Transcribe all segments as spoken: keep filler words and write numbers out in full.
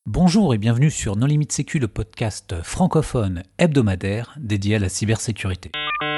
Bonjour et bienvenue sur Non Limite Sécu, le podcast francophone hebdomadaire dédié à la cybersécurité.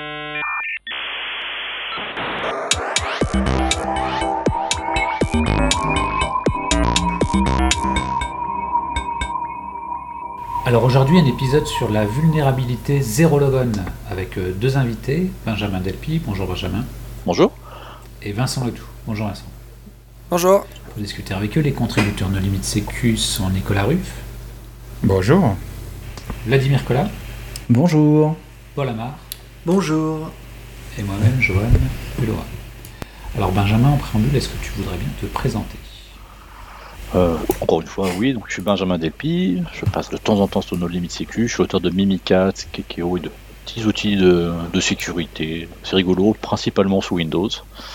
Alors aujourd'hui un épisode sur la vulnérabilité Zero Logon avec deux invités, Benjamin Delpy, bonjour Benjamin. Bonjour. Et Vincent Ledoux, bonjour Vincent. Bonjour. Pour discuter avec eux, les contributeurs No Limite Sécu sont Nicolas Ruff. Bonjour. Vladimir Collat. Bonjour. Paul Amar. Bonjour. Et moi-même, Johan Hulora. Alors Benjamin, en préambule, est-ce que tu voudrais bien te présenter ? Euh, encore une fois, oui, donc je suis Benjamin Delpy, je passe de temps en temps sur No Limite Sécu, je suis auteur de Mimikat, Kekeo et de petits outils de, de sécurité, c'est rigolo, principalement sous Windows.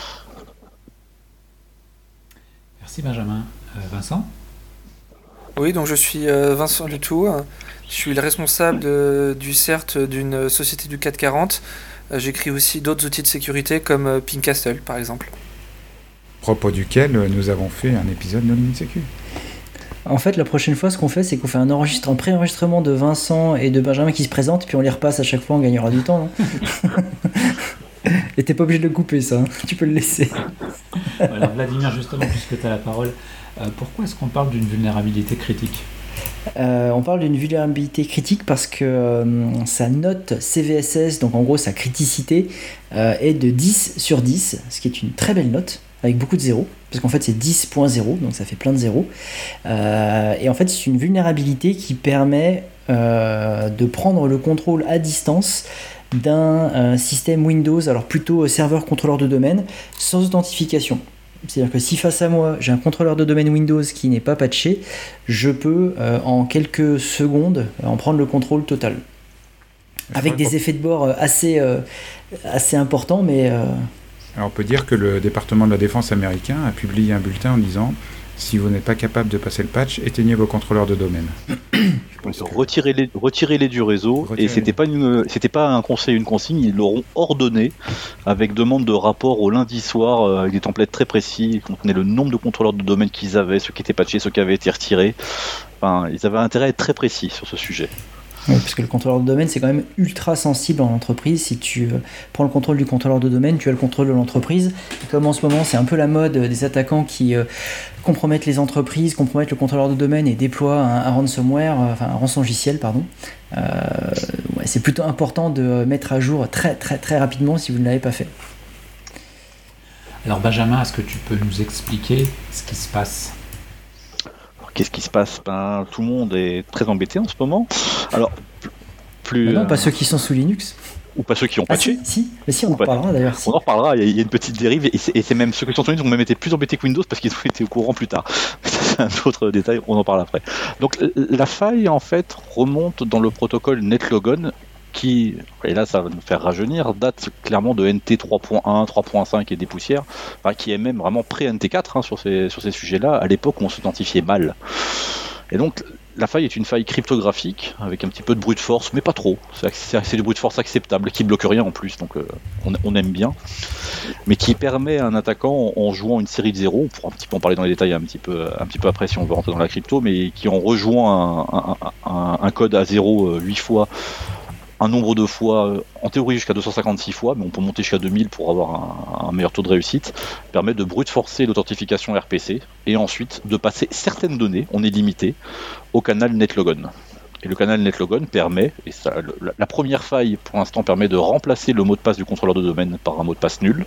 Merci Benjamin. Euh, Vincent ? Oui, donc je suis euh, Vincent Ledoux, je suis le responsable de, du C E R T d'une société du CAC quarante. Euh, j'écris aussi d'autres outils de sécurité comme euh, Pincastle par exemple. Propos duquel nous avons fait un épisode No Limite Sécu. En fait, la prochaine fois, ce qu'on fait, c'est qu'on fait un, enregistre, un pré-enregistrement de Vincent et de Benjamin qui se présentent, puis on les repasse à chaque fois, on gagnera du temps, non ? Et t'es pas obligé de le couper, ça, hein. Tu peux le laisser. Alors Vladimir, justement, puisque tu as la parole, euh, pourquoi est-ce qu'on parle d'une vulnérabilité critique ? Euh, on parle d'une vulnérabilité critique parce que euh, sa note C V S S, donc en gros sa criticité, euh, est de dix sur dix, ce qui est une très belle note, avec beaucoup de zéros, parce qu'en fait c'est dix point zéro, donc ça fait plein de zéros. Euh, et en fait c'est une vulnérabilité qui permet euh, de prendre le contrôle à distance d'un euh, système Windows, alors plutôt serveur contrôleur de domaine, sans authentification. C'est-à-dire que si face à moi j'ai un contrôleur de domaine Windows qui n'est pas patché, je peux euh, en quelques secondes en prendre le contrôle total. Avec des effets de bord assez, euh, assez importants, mais... Euh... Alors on peut dire que le département de la défense américain a publié un bulletin en disant « Si vous n'êtes pas capable de passer le patch, éteignez vos contrôleurs de domaine. » Retirez-les, retirez-les du réseau, retirez-les. Et c'était pas, une, c'était pas un conseil, une consigne, ils l'auront ordonné avec demande de rapport au lundi soir, euh, avec des templates très précis, qui contenaient le nombre de contrôleurs de domaine qu'ils avaient, ceux qui étaient patchés, ceux qui avaient été retirés. Enfin, ils avaient intérêt à être très précis sur ce sujet. Oui, parce que le contrôleur de domaine, c'est quand même ultra sensible en entreprise. Si tu euh, prends le contrôle du contrôleur de domaine, tu as le contrôle de l'entreprise. Et comme en ce moment, c'est un peu la mode des attaquants qui euh, compromettent les entreprises, compromettent le contrôleur de domaine et déploient un, un ransomware, euh, enfin un rançongiciel, pardon. Euh, ouais, c'est plutôt important de mettre à jour très très très rapidement si vous ne l'avez pas fait. Alors Benjamin, est-ce que tu peux nous expliquer ce qui se passe ? Qu'est-ce qui se passe ? Ben, tout le monde est très embêté en ce moment. Alors, plus. Bah non, pas euh, ceux qui sont sous Linux. Ou pas ceux qui ont Ah patché. si, si, mais si, on en reparlera d'ailleurs. Si. On en reparlera, il y a une petite dérive, et c'est, et c'est même ceux qui sont sur Linux ont même été plus embêtés que Windows parce qu'ils ont été au courant plus tard. C'est un autre détail, on en parle après. Donc la faille, en fait, remonte dans le protocole NetLogon, qui, et là ça va nous faire rajeunir, date clairement de N T trois point un, trois point cinq et des poussières, enfin, qui est même vraiment pré-N T quatre hein, sur ces, sur ces sujets-là, à l'époque où on s'identifiait mal. Et donc la faille est une faille cryptographique avec un petit peu de brute force, mais pas trop. C'est, c'est, c'est du brute force acceptable, qui bloque rien en plus, donc euh, on, on aime bien. Mais qui permet à un attaquant, en, en jouant une série de zéros, on pourra un petit peu en parler dans les détails un petit peu, un petit peu après si on veut rentrer dans la crypto, mais qui en rejoint un, un, un, un code à zéro euh, huit fois, un nombre de fois, en théorie jusqu'à deux cent cinquante-six fois, mais on peut monter jusqu'à deux mille pour avoir un, un meilleur taux de réussite, permet de brute forcer l'authentification R P C, et ensuite de passer certaines données, on est limité, au canal NetLogon. Et le canal NetLogon permet, et ça, le, la, la première faille pour l'instant permet de remplacer le mot de passe du contrôleur de domaine par un mot de passe nul.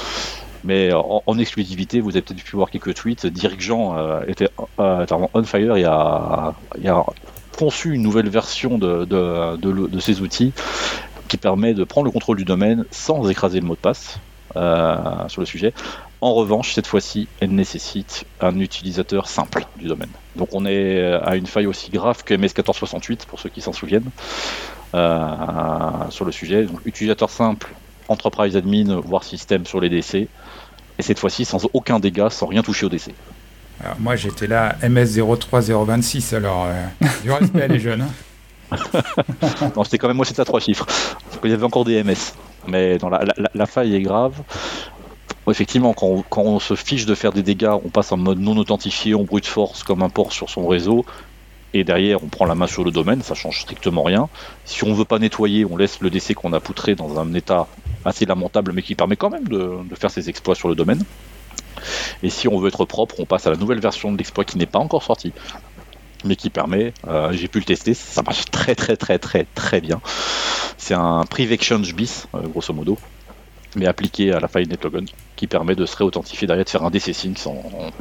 Mais en, en exclusivité, vous avez peut-être pu voir quelques tweets, Dirigeant euh, était euh, on fire il y a... Il y a conçu une nouvelle version de, de, de, de ces outils qui permet de prendre le contrôle du domaine sans écraser le mot de passe euh, sur le sujet. En revanche, cette fois-ci, elle nécessite un utilisateur simple du domaine. Donc on est à une faille aussi grave que M S quatorze soixante-huit, pour ceux qui s'en souviennent, euh, sur le sujet. Donc utilisateur simple, enterprise admin, voire système sur les D C, et cette fois-ci sans aucun dégât, sans rien toucher au D C. Alors moi j'étais là M S zéro trois zéro vingt-six, alors euh, du respect à les jeunes. Hein. Non, c'était quand même moi c'était à trois chiffres. Il y avait encore des M S. Mais non, la, la, la faille est grave. Effectivement, quand on, quand on se fiche de faire des dégâts, on passe en mode non authentifié, on brute force comme un port sur son réseau. et derrière on prend la main sur le domaine, ça change strictement rien. Si on veut pas nettoyer, on laisse le D C qu'on a poutré dans un état assez lamentable, mais qui permet quand même de, de faire ses exploits sur le domaine. Et si on veut être propre, on passe à la nouvelle version de l'exploit qui n'est pas encore sortie, mais qui permet, euh, j'ai pu le tester, ça marche très très très très très bien. C'est un Priv Exchange bis, euh, grosso modo, mais appliqué à la faille NetLogon, qui permet de se réauthentifier derrière, de faire un D C sync sans,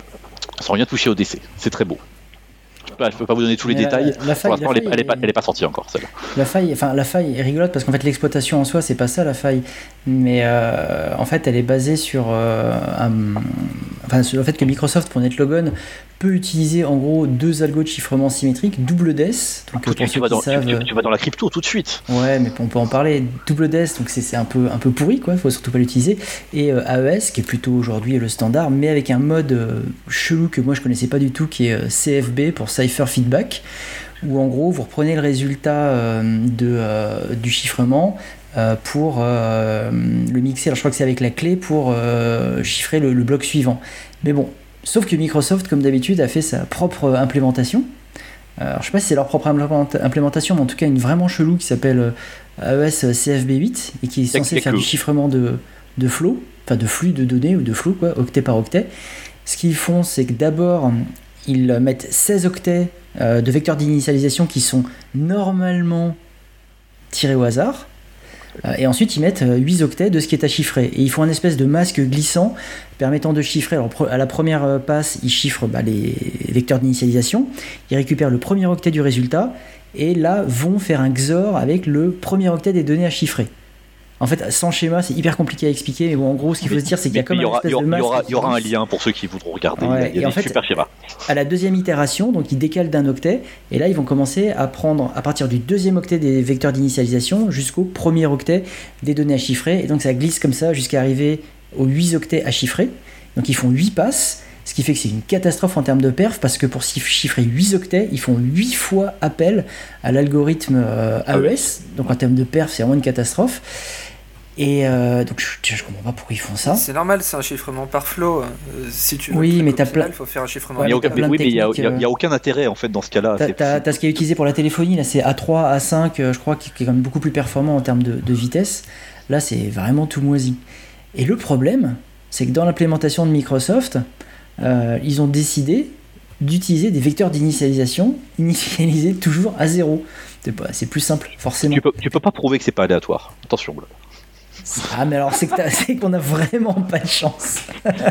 sans rien toucher au D C. C'est très beau. Je ne peux pas vous donner tous les Mais la- détails. la faille- Pour l'instant, la elle n'est faille pas, est- elle est pas sortie encore, celle-là. La faille, enfin la faille est rigolote parce qu'en fait l'exploitation en soi c'est pas ça la faille, mais euh, en fait elle est basée sur, euh, un- enfin, sur le fait que Microsoft pour NetLogon peut utiliser en gros deux algos de chiffrement symétrique, double D E S, donc Tout de pour suite, tu, ceux vas qui dans, tu- savent, tu- tu vas dans la crypto tout de suite. ouais mais on peut en parler, double D E S donc c'est c'est un peu un peu pourri quoi, faut surtout pas l'utiliser, et euh, A E S qui est plutôt aujourd'hui le standard, mais avec un mode euh, chelou que moi je connaissais pas du tout qui est euh, C F B pour Cipher Feedback, où en gros vous reprenez le résultat euh, de, euh, du chiffrement euh, pour euh, le mixer, alors je crois que c'est avec la clé pour euh, chiffrer le, le bloc suivant. Mais bon, sauf que Microsoft comme d'habitude a fait sa propre implémentation. Euh, Alors, je sais pas si c'est leur propre implément- implémentation, mais en tout cas une vraiment chelou qui s'appelle euh, A E S C F B huit et qui est Y a- censé y a faire que- du chiffrement de, de flow, enfin de flux de données ou de flow, quoi, octet par octet. Ce qu'ils font, c'est que d'abord ils mettent seize octets euh, de vecteurs d'initialisation qui sont normalement tirés au hasard. Euh, et ensuite, ils mettent euh, huit octets de ce qui est à chiffrer. Et ils font un espèce de masque glissant permettant de chiffrer. Alors, pre- à la première euh, passe, ils chiffrent bah, les vecteurs d'initialisation. Ils récupèrent le premier octet du résultat. Et là, vont faire un X O R avec le premier octet des données à chiffrer. En fait, sans schéma, c'est hyper compliqué à expliquer. Mais bon, en gros, ce qu'il faut se dire, c'est qu'il y a Mais comme il y un aura, espèce il y aura- de masque. il y aura- qui il y aura un glisse. lien pour ceux qui voudront regarder. Ouais, il y a, il y et a en des fait- super schémas. À la deuxième itération, donc ils décalent d'un octet, et là ils vont commencer à prendre à partir du deuxième octet des vecteurs d'initialisation jusqu'au premier octet des données à chiffrer, et donc ça glisse comme ça jusqu'à arriver aux huit octets à chiffrer. Donc ils font huit passes, ce qui fait que c'est une catastrophe en termes de perf, parce que pour chiffrer huit octets, ils font huit fois appel à l'algorithme euh, A E S, donc en termes de perf c'est vraiment une catastrophe. Et euh, donc je, je comprends pas pourquoi ils font ça. C'est normal, c'est un chiffrement par flow. Euh, si tu veux Oui, le truc mais t'as optimal, plein- il faut faire un chiffrement Ouais, Il y a par aucun- plein de oui, mais il y a, techniques, il y a- euh. il y a aucun intérêt en fait dans ce cas-là. T'as, C'est- t'as- t'as ce qui est utilisé pour la téléphonie, là c'est A trois, A cinq, euh, je crois, qui, qui est quand même beaucoup plus performant en termes de, de vitesse. Là c'est vraiment tout moisi. Et le problème, c'est que dans l'implémentation de Microsoft, euh, ils ont décidé d'utiliser des vecteurs d'initialisation initialisés toujours à zéro. C'est, pas, c'est plus simple, forcément. Tu peux, tu peux pas prouver que c'est pas aléatoire. Attention. là. Ah mais alors c'est, que t'as- c'est qu'on a vraiment pas de chance.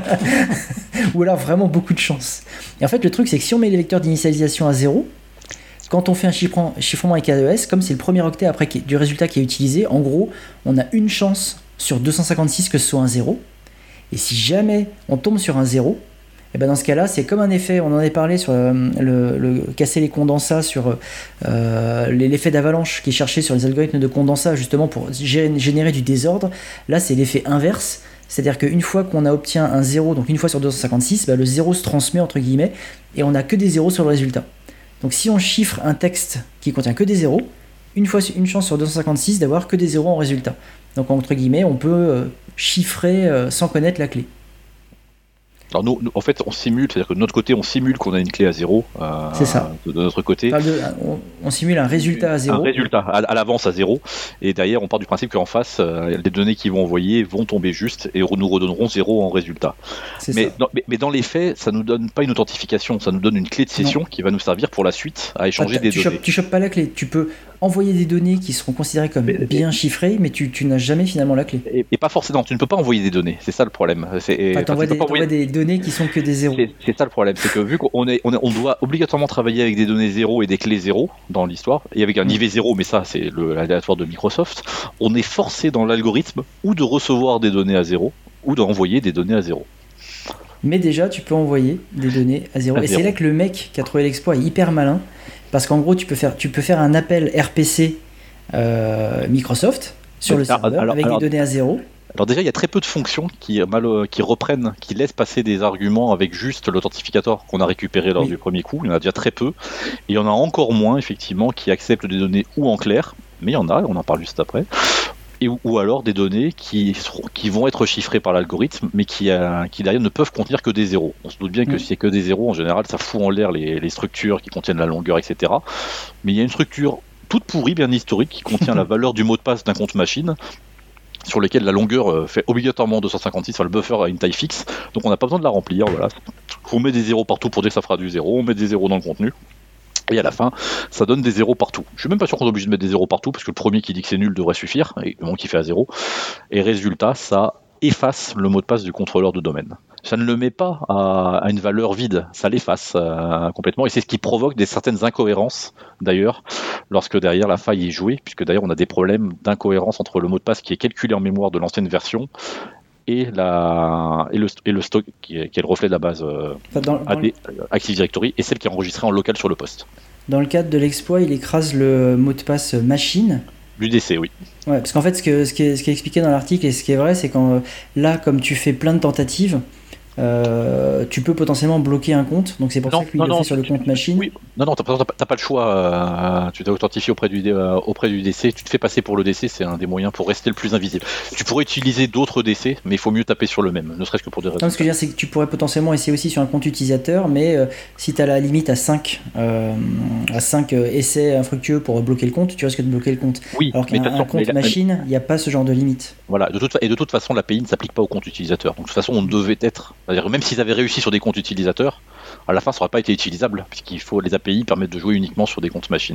Ou alors vraiment beaucoup de chance. Et en fait le truc c'est que si on met les vecteurs d'initialisation à zéro, quand on fait un chiffrement, chiffrement avec A E S, comme c'est le premier octet après qui- du résultat qui est utilisé, en gros on a une chance sur deux cent cinquante-six que ce soit un zéro. Et si jamais on tombe sur un zéro, et ben dans ce cas-là, c'est comme un effet, on en avait parlé sur euh, le, le casser les condensats, sur euh, l'effet d'avalanche qui est cherché sur les algorithmes de condensat justement pour gé- générer du désordre. Là, c'est l'effet inverse, c'est-à-dire qu'une fois qu'on a obtient un zéro, donc une fois sur deux cent cinquante-six, ben, le zéro se transmet entre guillemets et on n'a que des zéros sur le résultat. Donc si on chiffre un texte qui contient que des zéros, une fois une chance sur deux cent cinquante-six d'avoir que des zéros en résultat. Donc entre guillemets, on peut euh, chiffrer euh, sans connaître la clé. Alors nous, nous, en fait, on simule, c'est-à-dire que de notre côté, on simule qu'on a une clé à zéro. euh, C'est ça. De, de notre côté. Enfin, de- on, on simule un résultat à zéro. Un résultat à, à l'avance à zéro. Et derrière, on part du principe qu'en face, euh, les données qu'ils vont envoyer vont tomber juste et nous redonneront zéro en résultat. C'est Mais ça. dans, mais, mais dans les faits, ça nous donne pas une authentification, ça nous donne une clé de session qui va nous servir pour la suite à échanger Ah, des tu données. chopes, tu chopes pas la clé. Tu peux envoyer des données qui seront considérées comme Mais- bien chiffrées, mais tu, tu n'as jamais finalement la clé. Et, et pas forcément, tu ne peux pas envoyer des données, c'est ça le problème. C'est, et- Enfin, enfin, t'envoies tu peux des, pas envoyer- t'envoies des données qui sont que des zéros. C'est, c'est ça le problème, c'est que vu qu'on est, on, est- on doit obligatoirement travailler avec des données zéro et des clés zéro dans l'histoire, et avec un I V zéro, mais ça c'est le, l'aléatoire de Microsoft, on est forcé dans l'algorithme ou de recevoir des données à zéro, ou d'envoyer des données à zéro. Mais déjà, tu peux envoyer des données à zéro. À Et zéro. c'est là que le mec qui a trouvé l'exploit est hyper malin, parce qu'en gros, tu peux faire, tu peux faire un appel R P C euh, Microsoft sur le Alors, serveur alors, avec alors- des données à zéro. Alors déjà, il y a très peu de fonctions qui, mal, qui reprennent, qui laissent passer des arguments avec juste l'authentificateur qu'on a récupéré lors Oui. du premier coup. Il y en a déjà très peu. Et il y en a encore moins, effectivement, qui acceptent des données ou en clair, mais il y en a, on en parle juste après, et, ou alors des données qui, seront, qui vont être chiffrées par l'algorithme, mais qui, euh, qui derrière ne peuvent contenir que des zéros. On se doute bien que mmh. si c'est que des zéros, en général, ça fout en l'air les, les structures qui contiennent la longueur, et cetera. Mais il y a une structure toute pourrie, bien historique, qui contient la valeur du mot de passe d'un compte machine, sur lequel la longueur fait obligatoirement deux cent cinquante-six, enfin le buffer a une taille fixe, donc on n'a pas besoin de la remplir. Voilà. On met des zéros partout pour dire que ça fera du zéro, on met des zéros dans le contenu, et à la fin, ça donne des zéros partout. Je suis même pas sûr qu'on est obligé de mettre des zéros partout, parce que le premier qui dit que c'est nul devrait suffire, et le moment qui fait à zéro, et résultat, ça efface le mot de passe du contrôleur de domaine. Ça ne le met pas à, à une valeur vide, ça l'efface euh, complètement, et c'est ce qui provoque des certaines incohérences, d'ailleurs, lorsque derrière la faille est jouée, puisque d'ailleurs on a des problèmes d'incohérence entre le mot de passe qui est calculé en mémoire de l'ancienne version et, la, et, le, et le stock qui est, qui est le reflet de la base euh, enfin, dans, A D, dans le... Active Directory, et celle qui est enregistrée en local sur le poste. Dans le cadre de l'exploit, il écrase le mot de passe machine. L'U D C, oui. Ouais, parce qu'en fait, ce, que, ce, qui est, ce qui est expliqué dans l'article et ce qui est vrai, c'est quand là, comme tu fais plein de tentatives, Euh, tu peux potentiellement bloquer un compte, donc c'est pour non, ça que lui non, il le non, fait sur le compte machine. Oui. Non, non, t'as pas, t'as pas le choix. Euh, tu t'es authentifié auprès du, euh, auprès du D C, tu te fais passer pour le D C, c'est un des moyens pour rester le plus invisible. Tu pourrais utiliser d'autres D C, mais il faut mieux taper sur le même, ne serait-ce que pour des raisons. Non, ce que je veux dire, c'est que tu pourrais potentiellement essayer aussi sur un compte utilisateur, mais euh, si tu as la limite à cinq, euh, à cinq euh, essais infructueux pour bloquer le compte, tu risques de bloquer le compte. Oui, alors qu'un un compte la... machine, il n'y a pas ce genre de limite. Voilà, de toute, et de toute façon, l'A P I ne s'applique pas au compte utilisateur. Donc de toute façon, on devait être, c'est-à-dire même s'ils avaient réussi sur des comptes utilisateurs, à la fin ça n'aurait pas été utilisable, puisqu'il faut les A P I permettent de jouer uniquement sur des comptes machines.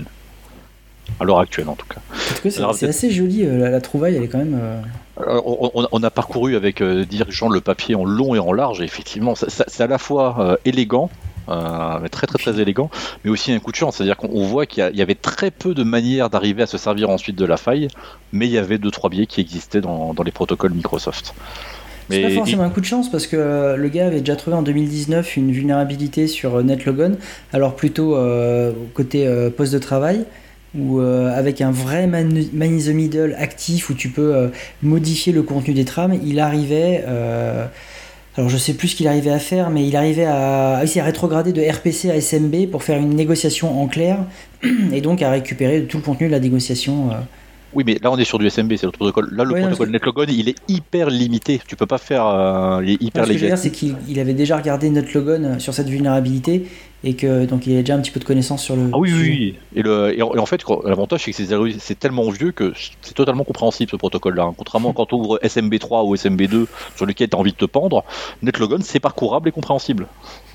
À l'heure actuelle en tout cas. En tout cas c'est, Alors, c'est assez joli, euh, la, la trouvaille elle est quand même... Euh... On, on, on a parcouru avec euh, dirigeant le papier en long et en large, et effectivement ça, ça, c'est à la fois euh, élégant, euh, mais très très très élégant, mais aussi un coup de chance, c'est-à-dire qu'on voit qu'il y, a, il y avait très peu de manières d'arriver à se servir ensuite de la faille, mais il y avait deux trois biais qui existaient dans, dans les protocoles Microsoft. C'est mais pas forcément il... un coup de chance parce que euh, le gars avait déjà trouvé en deux mille dix-neuf une vulnérabilité sur euh, NetLogon, alors plutôt euh, côté euh, poste de travail, où euh, avec un vrai man, man in the middle actif où tu peux euh, modifier le contenu des trames, il arrivait, euh, alors je sais plus ce qu'il arrivait à faire, mais il arrivait à, à rétrograder de R P C à S M B pour faire une négociation en clair et donc à récupérer tout le contenu de la négociation. Euh, Oui, mais là on est sur du S M B, c'est le protocole. Là, le oui, protocole NetLogon, il est hyper limité. Tu peux pas faire. Euh, il est hyper non, ce que je veux dire, c'est qu'il il avait déjà regardé NetLogon sur cette vulnérabilité et que donc il avait déjà un petit peu de connaissance sur le. Ah oui, sujet. oui. Et, le, et, en, et en fait, l'avantage c'est que c'est, c'est tellement vieux que c'est totalement compréhensible ce protocole-là. Contrairement quand tu ouvres S M B trois ou S M B deux sur lequel tu as envie de te pendre, NetLogon c'est parcourable et compréhensible.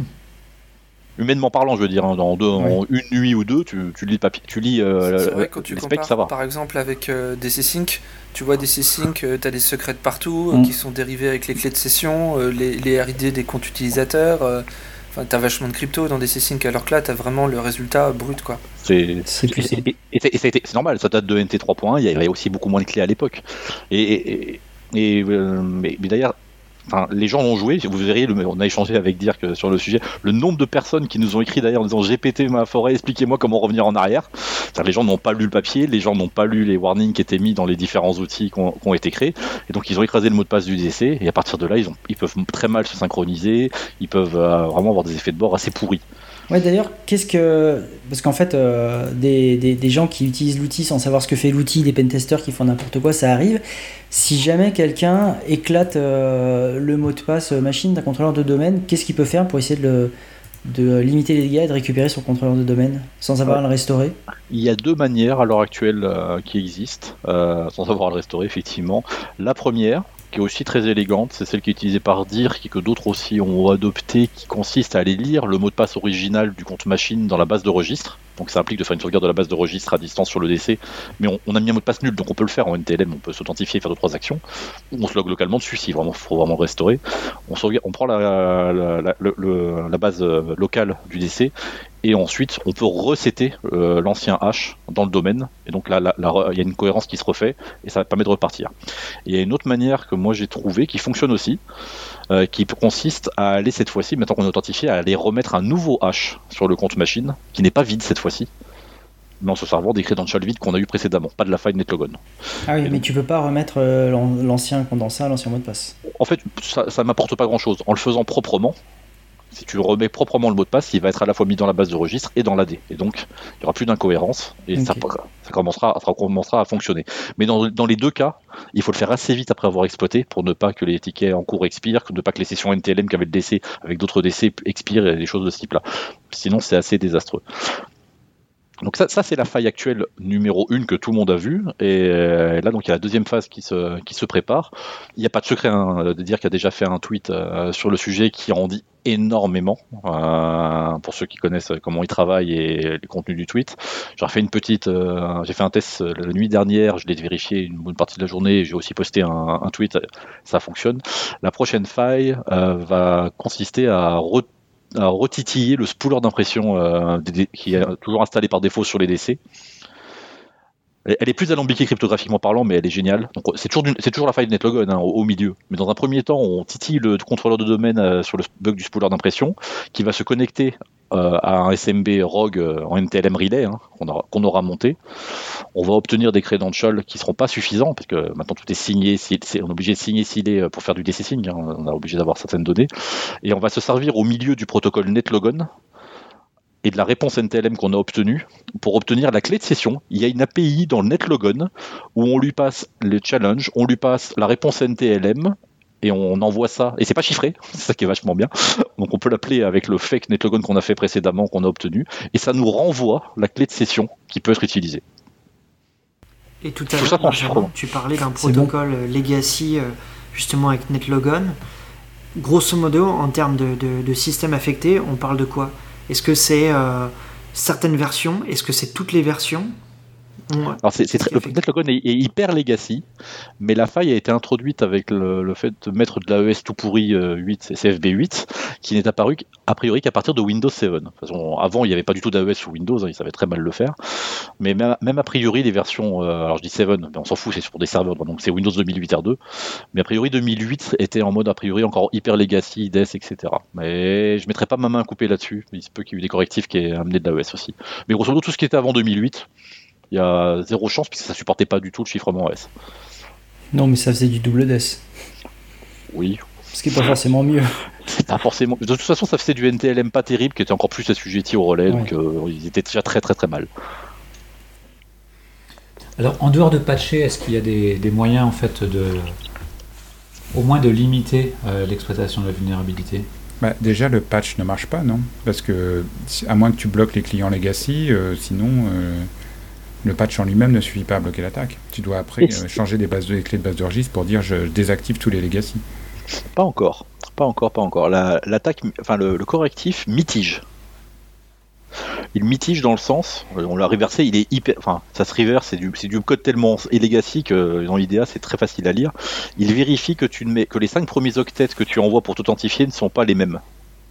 Humainement parlant, je veux dire, hein, dans deux, ouais. en une nuit ou deux, tu, tu lis le papier, tu lis euh, c'est vrai, quand tu les specs, ça va. Par exemple, avec euh, D C Sync, tu vois D C Sync, euh, tu as des secrets de partout mm. euh, qui sont dérivés avec les clés de session, euh, les, les R I D des comptes utilisateurs. Euh, Enfin, t'as vachement de crypto dans D C Sync, alors que là, t'as vraiment le résultat brut, quoi. C'est, c'est, et, et, et, et, ça a été, c'est normal, ça date de N T trois point un, il y avait aussi beaucoup moins de clés à l'époque. Et, et, et euh, mais, mais d'ailleurs, enfin, les gens l'ont joué, vous verrez, le, on a échangé avec Dirk sur le sujet, le nombre de personnes qui nous ont écrit d'ailleurs en disant G P T ma forêt, expliquez-moi comment revenir en arrière. C'est-à-dire, les gens n'ont pas lu le papier, les gens n'ont pas lu les warnings qui étaient mis dans les différents outils qui ont, qui ont été créés, et donc ils ont écrasé le mot de passe du D C, et à partir de là, ils, ont, ils peuvent très mal se synchroniser, ils peuvent euh, vraiment avoir des effets de bord assez pourris. Ouais, d'ailleurs, qu'est-ce que. Parce qu'en fait, euh, des, des, des gens qui utilisent l'outil sans savoir ce que fait l'outil, des pentesters qui font n'importe quoi, ça arrive. Si jamais quelqu'un éclate euh, le mot de passe machine d'un contrôleur de domaine, qu'est-ce qu'il peut faire pour essayer de, le, de limiter les dégâts et de récupérer son contrôleur de domaine sans avoir à le restaurer ? Il y a deux manières à l'heure actuelle euh, qui existent, euh, sans avoir à le restaurer, effectivement. La première, qui est aussi très élégante, c'est celle qui est utilisée par Dirk et que d'autres aussi ont adopté, qui consiste à aller lire le mot de passe original du compte machine dans la base de registre. Donc ça implique de faire une sauvegarde de la base de registre à distance sur le D C, mais on, on a mis un mot de passe nul, donc on peut le faire en N T L M, on peut s'authentifier et faire deux trois actions. On se log localement dessus, si vraiment faut vraiment le restaurer. On, on prend la, la, la, la, la base locale du D C, et ensuite on peut resetter euh, l'ancien hash dans le domaine, et donc là il y a une cohérence qui se refait, et ça permet de repartir. Il y a une autre manière que moi j'ai trouvée, qui fonctionne aussi, euh, qui consiste à aller cette fois-ci, maintenant qu'on est authentifié, à aller remettre un nouveau hash sur le compte machine, qui n'est pas vide cette fois-ci, mais en se servant des credentials vides qu'on a eu précédemment, pas de la faille NetLogon. Ah oui, et mais donc, tu peux pas remettre euh, l'ancien condensat, l'ancien mot de passe. En fait, ça, ça m'apporte pas grand-chose. En le faisant proprement, si tu remets proprement le mot de passe, il va être à la fois mis dans la base de registre et dans l'A D. Et donc, il n'y aura plus d'incohérence et okay. ça, ça, commencera, ça commencera à fonctionner. Mais dans, dans les deux cas, Il faut le faire assez vite après avoir exploité pour ne pas que les tickets en cours expirent, ne pas que les sessions N T L M qui avaient le D C avec d'autres D C expirent et des choses de ce type-là. Sinon, c'est assez désastreux. Donc ça, ça c'est la faille actuelle numéro une que tout le monde a vue, et là donc il y a la deuxième phase qui se, qui se prépare. Il n'y a pas de secret hein, de dire qu'il a déjà fait un tweet euh, sur le sujet qui en dit énormément, euh, pour ceux qui connaissent comment il travaille et les contenus du tweet. J'ai fait une petite, euh, j'ai fait un test la nuit dernière, je l'ai vérifié une bonne partie de la journée, j'ai aussi posté un, un tweet, ça fonctionne. La prochaine faille euh, va consister à re à retitiller le spooler d'impression euh, qui est toujours installé par défaut sur les D C. Elle est plus alambiquée cryptographiquement parlant, mais elle est géniale. Donc c'est toujours, du, c'est toujours la faille de NetLogon hein, au, au milieu. Mais dans un premier temps, on titille le contrôleur de domaine euh, sur le bug du spooler d'impression, qui va se connecter euh, à un S M B Rogue euh, en N T L M Relay hein, qu'on, aura, qu'on aura monté. On va obtenir des credentials qui ne seront pas suffisants, parce que maintenant tout est signé, c'est, on est obligé de signer scellé pour faire du D C sync, hein, on est obligé d'avoir certaines données. Et on va se servir au milieu du protocole NetLogon et de la réponse N T L M qu'on a obtenue pour obtenir la clé de session. Il y a une A P I dans le NetLogon où on lui passe le challenge, on lui passe la réponse N T L M et on envoie ça. Et c'est pas chiffré, c'est ça qui est vachement bien. Donc on peut l'appeler avec le fake NetLogon qu'on a fait précédemment, qu'on a obtenu, et ça nous renvoie la clé de session qui peut être utilisée. Et tout à l'heure, Benjamin, tu parlais d'un protocole bon. Legacy justement avec NetLogon. Grosso modo, en termes de, de, de système affecté, on parle de quoi ? Est-ce que c'est euh, certaines versions ? Est-ce que c'est toutes les versions ? Ouais. Alors c'est, c'est très, le NetLogon est, est hyper legacy, mais la faille a été introduite avec le, le fait de mettre de l'A E S tout pourri euh, huit, C F B huit, qui n'est apparu a priori qu'à partir de Windows sept. De toute façon, avant, il n'y avait pas du tout d'A E S sous Windows, hein, ils savaient très mal le faire. Mais même, même a priori, les versions, euh, alors je dis sept, mais on s'en fout, c'est pour des serveurs, donc c'est Windows deux mille huit R deux. Mais a priori, deux mille huit était en mode a priori encore hyper legacy, D E S, et cetera. Mais je ne mettrai pas ma main à couper là-dessus. Il se peut qu'il y ait eu des correctifs qui aient amené de l'A E S aussi. Mais grosso modo, tout ce qui était avant deux mille huit, il y a zéro chance puisque ça supportait pas du tout le chiffrement A E S. Non, mais ça faisait du double D E S. Oui. Ce qui n'est pas forcément mieux. C'est pas forcément. De toute façon, ça faisait du N T L M pas terrible, qui était encore plus assujetti au relais, ouais. Donc euh, ils étaient déjà très très très mal. Alors, en dehors de patcher, est-ce qu'il y a des, des moyens en fait de, au moins de limiter euh, l'exploitation de la vulnérabilité ? Bah, déjà, le patch ne marche pas, non ? Parce que, à moins que tu bloques les clients legacy, euh, sinon, euh, le patch en lui-même ne suffit pas à bloquer l'attaque. Tu dois après euh, changer des bases de, les clés de base de registre pour dire je désactive tous les legacy. Pas encore, pas encore, pas encore. La, l'attaque, enfin le, le correctif mitige. Il mitige dans le sens, on l'a reversé, il est hyper, enfin ça se reverse, c'est du, c'est du code tellement legacy que dans l'I D A c'est très facile à lire. Il vérifie que tu ne mets, que les cinq premiers octets que tu envoies pour t'authentifier ne sont pas les mêmes.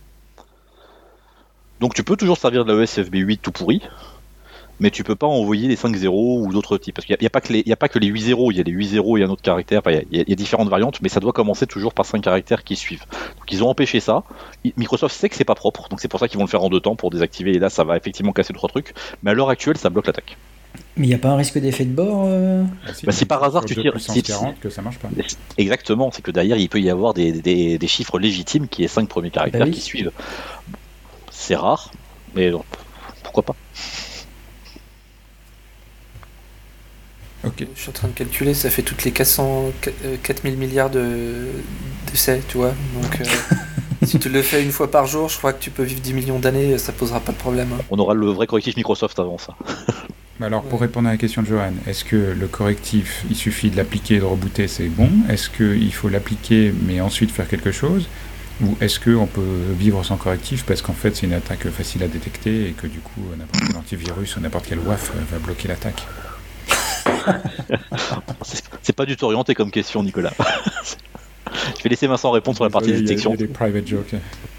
Donc tu peux toujours servir de l'A E S F B huit tout pourri, mais tu peux pas envoyer les cinq zéros ou d'autres types, parce qu'il n'y a, a, a pas que les huit zéros, il y a les huit zéros et un autre caractère, enfin, il, y a, il y a différentes variantes, mais ça doit commencer toujours par cinq caractères qui suivent. Donc ils ont empêché ça, Microsoft sait que c'est pas propre, donc c'est pour ça qu'ils vont le faire en deux temps pour désactiver, et là ça va effectivement casser trois trucs, mais à l'heure actuelle ça bloque l'attaque. Mais il n'y a pas un risque d'effet de bord euh... bah, si, bah, si par hasard tu tires... Si, quarante, que ça marche pas. Exactement, c'est que derrière il peut y avoir des, des, des chiffres légitimes qui est cinq premiers caractères bah oui. qui suivent. C'est rare, mais donc, pourquoi pas. Okay. Je suis en train de calculer, ça fait toutes les quatre cents, quatre mille milliards de d'essais, tu vois. Donc, euh, si tu le fais une fois par jour, je crois que tu peux vivre dix millions d'années, ça posera pas de problème. Hein. On aura le vrai correctif Microsoft avant ça. Alors, pour ouais. répondre à la question de Johan, est-ce que le correctif, il suffit de l'appliquer et de rebooter, c'est bon ? Est-ce qu'il faut l'appliquer, mais ensuite faire quelque chose ? Ou est-ce qu'on peut vivre sans correctif parce qu'en fait, c'est une attaque facile à détecter et que du coup, n'importe quel antivirus ou n'importe quel W A F va bloquer l'attaque ? C'est pas du tout orienté comme question, Nicolas. Je vais laisser Vincent répondre sur la partie détection. Il y a des private jokes.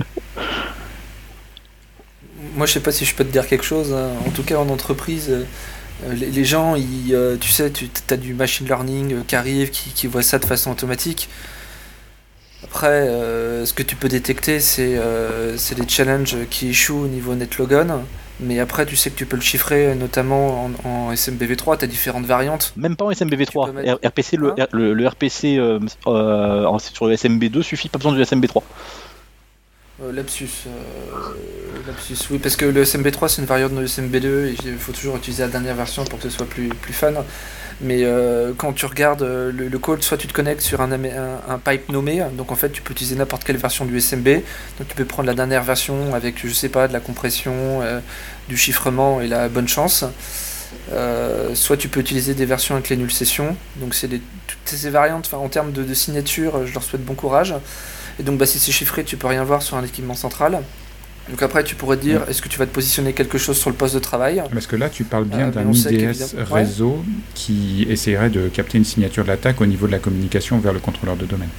Moi, je sais pas si je peux te dire quelque chose. Hein. En tout cas, en entreprise, euh, les, les gens, ils, euh, tu sais, tu as du machine learning euh, qui arrive, qui, qui voit ça de façon automatique. Après, euh, ce que tu peux détecter, c'est, euh, c'est des challenges qui échouent au niveau NetLogon. Mais après, tu sais que tu peux le chiffrer, notamment en, en S M B V trois, tu as différentes variantes. Même pas en S M B V trois. Mettre... R P C, le, hein le, le R P C euh, euh, sur le S M B deux suffit, pas besoin du S M B trois. Euh, lapsus. Euh, lapsus, oui, parce que le S M B trois c'est une variante de S M B deux et il faut toujours utiliser la dernière version pour que ce soit plus, plus fun. Mais euh, quand tu regardes le, le code, soit tu te connectes sur un, un, un pipe nommé, donc en fait tu peux utiliser n'importe quelle version du S M B, donc tu peux prendre la dernière version avec, je sais pas, de la compression, euh, du chiffrement et la bonne chance. Euh, soit tu peux utiliser des versions avec les nulles sessions, donc c'est des, toutes ces variantes, en termes de, de signature, je leur souhaite bon courage. Et donc bah, si c'est chiffré, tu peux rien voir sur un équipement central. Donc après tu pourrais te dire, est-ce que tu vas te positionner quelque chose sur le poste de travail ? Parce que là tu parles bien euh, d'un I D S réseau ouais. qui essaierait de capter une signature de l'attaque au niveau de la communication vers le contrôleur de domaine.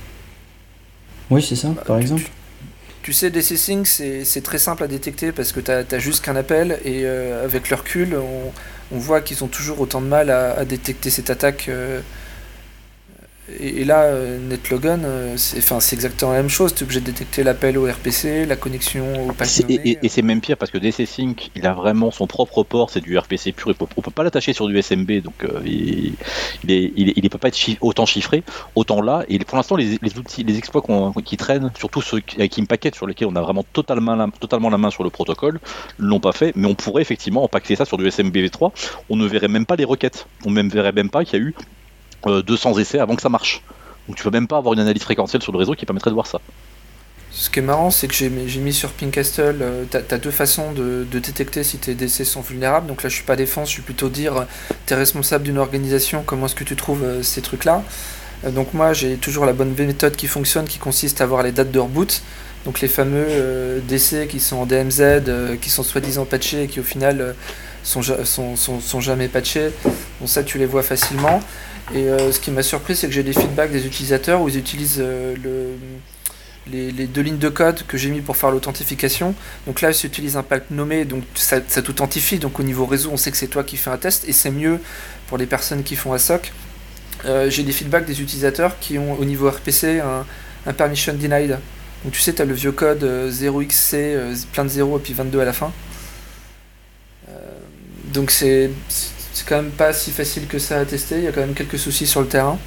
Oui c'est ça, bah, par tu, exemple. Tu, tu sais, D C Sync c'est, c'est très simple à détecter parce que tu as juste qu'un appel et euh, avec le recul on, on voit qu'ils ont toujours autant de mal à, à détecter cette attaque. Euh, Et, et là, euh, NetLogon, euh, c'est, c'est exactement la même chose. Tu es obligé de détecter l'appel au R P C, la connexion au paquet. Et, et, et c'est même pire parce que D C Sync, il a vraiment son propre port, c'est du R P C pur. On ne peut pas l'attacher sur du S M B, donc euh, il ne il, il peut pas être chi- autant chiffré. Autant là, et pour l'instant, les, les outils, les exploits qu'on, qui traînent, surtout ceux avec Impacket sur lesquels on a vraiment totalement la, totalement la main sur le protocole, ne l'ont pas fait. Mais on pourrait effectivement empaqueter ça sur du S M B V trois. On ne verrait même pas les requêtes. On ne verrait même pas qu'il y a eu Euh, deux cents essais avant que ça marche. Donc tu peux même pas avoir une analyse fréquentielle sur le réseau qui permettrait de voir ça. Ce qui est marrant, c'est que j'ai, j'ai mis sur Pinkcastle, euh, t'as, t'as deux façons de, de détecter si tes D C sont vulnérables. Donc là je suis pas défense, je suis plutôt dire euh, t'es responsable d'une organisation, comment est-ce que tu trouves euh, ces trucs là. Euh, donc moi j'ai toujours la bonne méthode qui fonctionne, qui consiste à voir les dates de reboot. Donc les fameux euh, D C qui sont en D M Z, euh, qui sont soi-disant patchés et qui au final euh, sont, sont, sont, sont jamais patchés. Bon ça tu les vois facilement. Et euh, ce qui m'a surpris, c'est que j'ai des feedbacks des utilisateurs où ils utilisent euh, le, les, les deux lignes de code que j'ai mis pour faire l'authentification. Donc là, ils utilisent un pipe nommé, donc ça, ça t'authentifie. Donc au niveau réseau, on sait que c'est toi qui fais un test et c'est mieux pour les personnes qui font un S O C. Euh, j'ai des feedbacks des utilisateurs qui ont au niveau R P C un, un permission denied. Donc tu sais, tu as le vieux code euh, zéro x c, euh, plein de zéro et puis vingt-deux à la fin. Euh, donc c'est... c'est C'est quand même pas si facile que ça à tester, il y a quand même quelques soucis sur le terrain.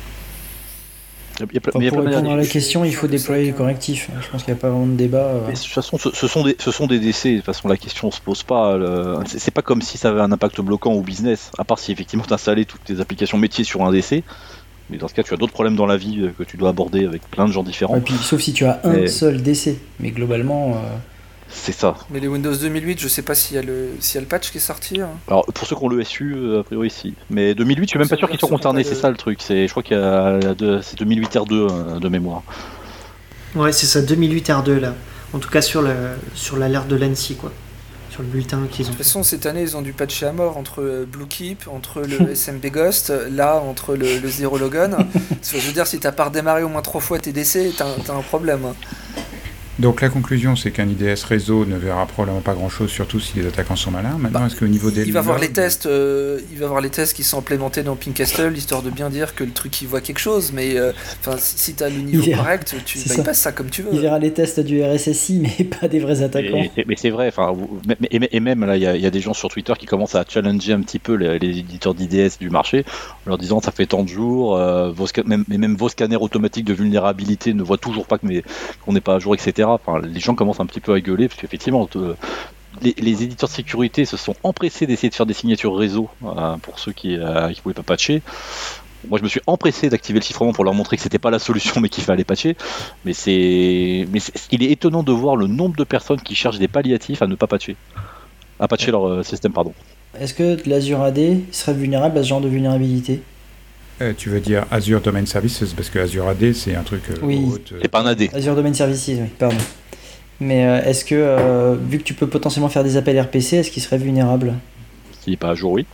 Il y a plein, enfin, pour répondre à la question, il faut déployer le correctif. Je pense qu'il n'y a pas vraiment de débat. Euh... Mais de toute façon, ce, ce, sont des, ce sont des D C. De toute façon, la question ne se pose pas. Le... C'est, c'est pas comme si ça avait un impact bloquant au business, à part si effectivement tu installais toutes tes applications métiers sur un D C. Mais dans ce cas, tu as d'autres problèmes dans la vie que tu dois aborder avec plein de gens différents. Et puis, sauf si tu as un Mais... seul D C. Mais globalement... Euh... C'est ça. Mais les Windows deux mille huit, je sais pas s'il y a le, s'il y a le patch qui est sorti. Hein. Alors pour ceux qui ont le S U, a priori si. Mais deux mille huit, je suis même pas sûr qu'ils soient concernés, c'est le... ça le truc. C'est, je crois qu'il y a de, c'est deux mille huit R deux de mémoire. Ouais, c'est ça, deux mille huit R deux là. En tout cas sur, le, sur l'alerte de l'ANSI quoi. Sur le bulletin qu'ils ont. De toute façon, cette année, ils ont dû patcher à mort entre Bluekeep, entre le S M B Ghost, là, entre le, le Zero Logon. Je veux dire, si t'as pas redémarré au moins trois fois tes D C, t'as, t'as un problème. Donc la conclusion, c'est qu'un I D S réseau ne verra probablement pas grand-chose, surtout si les attaquants sont malins. Maintenant, bah, est-ce qu'au niveau des... Il va voir les tests, euh, il va voir les tests qui sont implémentés dans Pinkcastle, histoire de bien dire que le truc, il voit quelque chose, mais euh, si tu as le niveau verra... correct, tu bah, il passe ça comme tu veux. Il verra les tests du R S S I, mais pas des vrais attaquants. Et, et, mais c'est vrai, et, et même là, il y, y a des gens sur Twitter qui commencent à challenger un petit peu les, les éditeurs d'I D S du marché, en leur disant ça fait tant de jours, euh, vos, même, même vos scanners automatiques de vulnérabilité ne voient toujours pas que mais, qu'on n'est pas à jour, et cetera. Enfin, les gens commencent un petit peu à gueuler parce qu'effectivement euh, les, les éditeurs de sécurité se sont empressés d'essayer de faire des signatures réseau euh, pour ceux qui ne euh, pouvaient pas patcher. Moi je me suis empressé d'activer le chiffrement pour leur montrer que c'était pas la solution mais qu'il fallait patcher. Mais c'est, mais c'est, il est étonnant de voir le nombre de personnes qui cherchent des palliatifs à ne pas patcher, à patcher ouais. leur euh, système pardon. Est-ce que l'Azure A D serait vulnérable à ce genre de vulnérabilité? Euh, tu veux dire Azure Domain Services, parce que Azure A D c'est un truc euh, oui. haute, euh... c'est pas un A D. Azure Domain Services, oui, pardon. Mais euh, est-ce que, euh, vu que tu peux potentiellement faire des appels R P C, est-ce qu'il serait vulnérable? S'il n'est pas à jour, oui.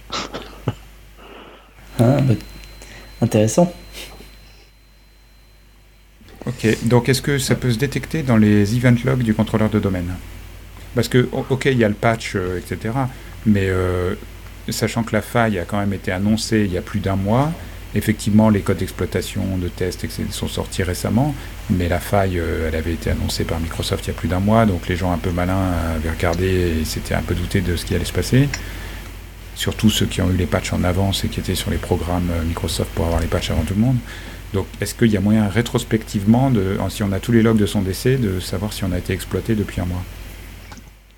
ah, bah, intéressant. Ok, donc est-ce que ça peut se détecter dans les event logs du contrôleur de domaine? Parce que, ok, il y a le patch, euh, et cetera, mais euh, sachant que la faille a quand même été annoncée il y a plus d'un mois, effectivement, les codes d'exploitation, de tests, et cetera sont sortis récemment, mais la faille, euh, elle avait été annoncée par Microsoft il y a plus d'un mois, donc les gens un peu malins avaient regardé et s'étaient un peu doutés de ce qui allait se passer. Surtout ceux qui ont eu les patchs en avance et qui étaient sur les programmes Microsoft pour avoir les patchs avant tout le monde. Donc, est-ce qu'il y a moyen rétrospectivement, de, si on a tous les logs de son décès, de savoir si on a été exploité depuis un mois?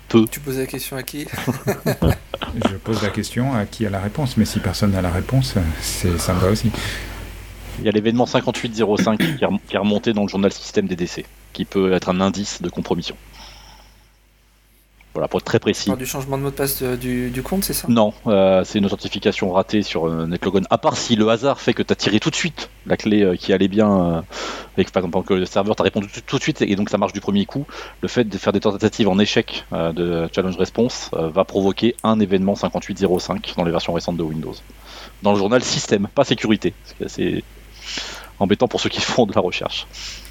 Peu. Tu poses la question à qui? Je pose la question à qui a la réponse, mais si personne n'a la réponse, c'est, ça me va aussi. Il y a l'événement cinquante-huit zéro cinq qui est remonté dans le journal système des décès, qui peut être un indice de compromission. Voilà, pour être très précis. Du changement de mot de passe de, du, du compte, c'est ça? Non, euh, c'est une authentification ratée sur euh, NetLogon. À part si le hasard fait que tu as tiré tout de suite la clé euh, qui allait bien, euh, avec, par exemple, que le serveur t'a répondu tout, tout de suite et donc ça marche du premier coup, le fait de faire des tentatives en échec euh, de challenge response euh, va provoquer un événement cinquante-huit zéro cinq dans les versions récentes de Windows. Dans le journal système, pas sécurité. C'est assez embêtant pour ceux qui font de la recherche.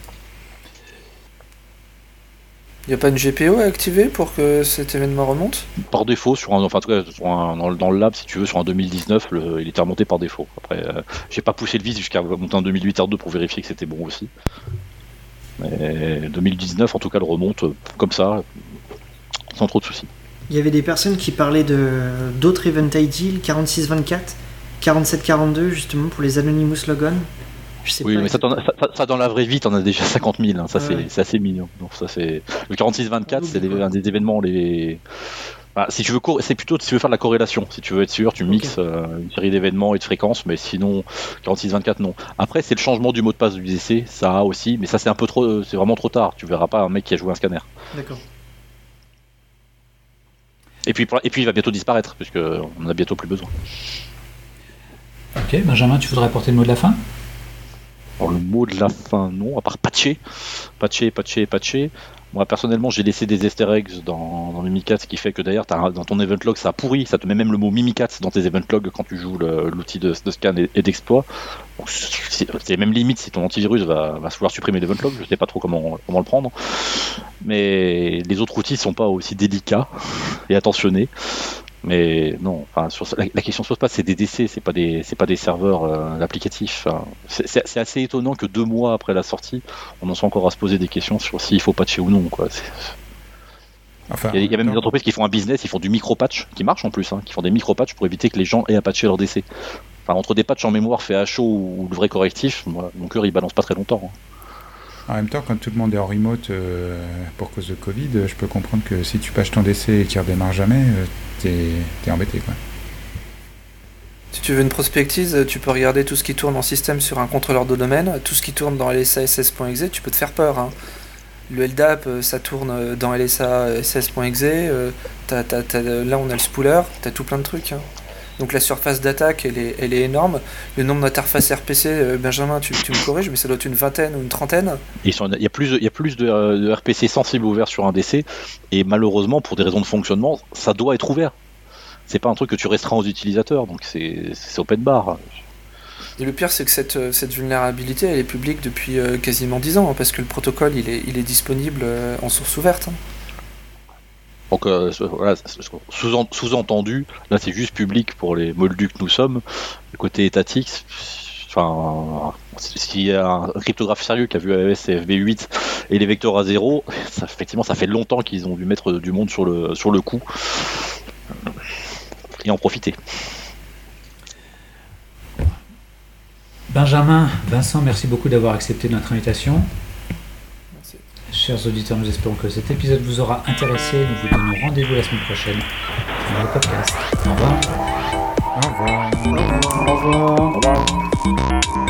Il n'y a pas une G P O à activer pour que cet événement remonte? Par défaut, sur un, enfin, en tout cas, sur un, dans, dans le lab, si tu veux, sur un deux mille dix-neuf, le, il était remonté par défaut. Après, euh, j'ai pas poussé le vice jusqu'à monter un deux mille huit R deux pour vérifier que c'était bon aussi. Mais deux mille dix-neuf, en tout cas, le remonte euh, comme ça, sans trop de soucis. Il y avait des personnes qui parlaient de, d'autres Event I D, le quarante-six vingt-quatre, quarante-sept quarante-deux, justement, pour les Anonymous Logon. Je sais oui, pas mais ça, ça, ça, dans la vraie vie, t'en as déjà cinquante mille. Hein. Ça, ah c'est, ouais. c'est assez mignon. Donc, ça, c'est... Le quarante-six vingt-quatre, c'est les, un des événements les. Enfin, si tu veux, cor... c'est plutôt si tu veux faire de la corrélation. Si tu veux être sûr, tu mixes okay. euh, une série d'événements et de fréquences, mais sinon, quarante-six vingt-quatre, non. Après, c'est le changement du mot de passe du D C, ça a aussi, mais ça, c'est un peu trop. C'est vraiment trop tard. Tu verras pas un mec qui a joué un scanner. D'accord. Et puis, et puis, il va bientôt disparaître, puisqu'on en a bientôt plus besoin. Ok, Benjamin, tu voudrais apporter le mot de la fin? Alors, le mot de la fin, non, à part patcher, patcher, patcher, patcher. Moi, personnellement, j'ai laissé des easter eggs dans, dans Mimikatz, ce qui fait que d'ailleurs, t'as, dans ton event log, ça a pourri, ça te met même le mot Mimikatz dans tes event logs quand tu joues le, l'outil de, de scan et, et d'exploit. Donc, c'est, c'est même limite si ton antivirus va, va vouloir supprimer l'event log, je sais pas trop comment, comment le prendre. Mais les autres outils sont pas aussi délicats et attentionnés. Mais non, enfin, sur, la, la question se pose pas, c'est des D C, c'est pas des, c'est pas des serveurs euh, applicatifs. Hein. C'est, c'est, c'est assez étonnant que deux mois après la sortie, on en soit encore à se poser des questions sur s'il faut patcher ou non. Quoi. C'est... Enfin, il y a, il y a même non. des entreprises qui font un business, ils font du micro-patch, qui marche en plus, hein, qui font des micro-patchs pour éviter que les gens aient à patcher leur D C. Enfin, entre des patchs en mémoire faits à chaud ou le vrai correctif, moi, mon cœur il balance pas très longtemps. Hein. En même temps, quand tout le monde est en remote euh, pour cause de Covid, je peux comprendre que si tu patches ton D C et qu'il redémarre jamais, euh, t'es, t'es embêté, quoi. Si tu veux une prospectise, tu peux regarder tout ce qui tourne en système sur un contrôleur de domaine, tout ce qui tourne dans L S A S S point E X E, tu peux te faire peur. Hein. Le L D A P, ça tourne dans L S A S S point E X E, euh, t'as, t'as, t'as, là on a le spooler, t'as tout plein de trucs. Hein. Donc la surface d'attaque, elle est, elle est énorme. Le nombre d'interfaces R P C, euh, Benjamin, tu, tu me corriges, mais ça doit être une vingtaine ou une trentaine. Il y a plus, de, il y a plus de, de R P C sensibles ouverts sur un D C, et malheureusement, pour des raisons de fonctionnement, ça doit être ouvert. C'est pas un truc que tu restreins aux utilisateurs, donc c'est, c'est open bar. Et le pire, c'est que cette, cette vulnérabilité, elle est publique depuis euh, quasiment dix ans, hein, parce que le protocole, il est, il est disponible euh, en source ouverte. Hein. Donc euh, voilà, sous- sous-entendu, là c'est juste public pour les moldus que nous sommes. Le côté étatique, enfin, s'il y a un cryptographe sérieux qui a vu A E S C F B huit et les vecteurs à zéro, ça, effectivement ça fait longtemps qu'ils ont dû mettre du monde sur le, sur le coup et en profiter. Benjamin, Vincent, merci beaucoup d'avoir accepté notre invitation. Chers auditeurs, nous espérons que cet épisode vous aura intéressé. Nous vous donnons rendez-vous la semaine prochaine dans le podcast. Au revoir. Au revoir. Au revoir. Au revoir. Au revoir.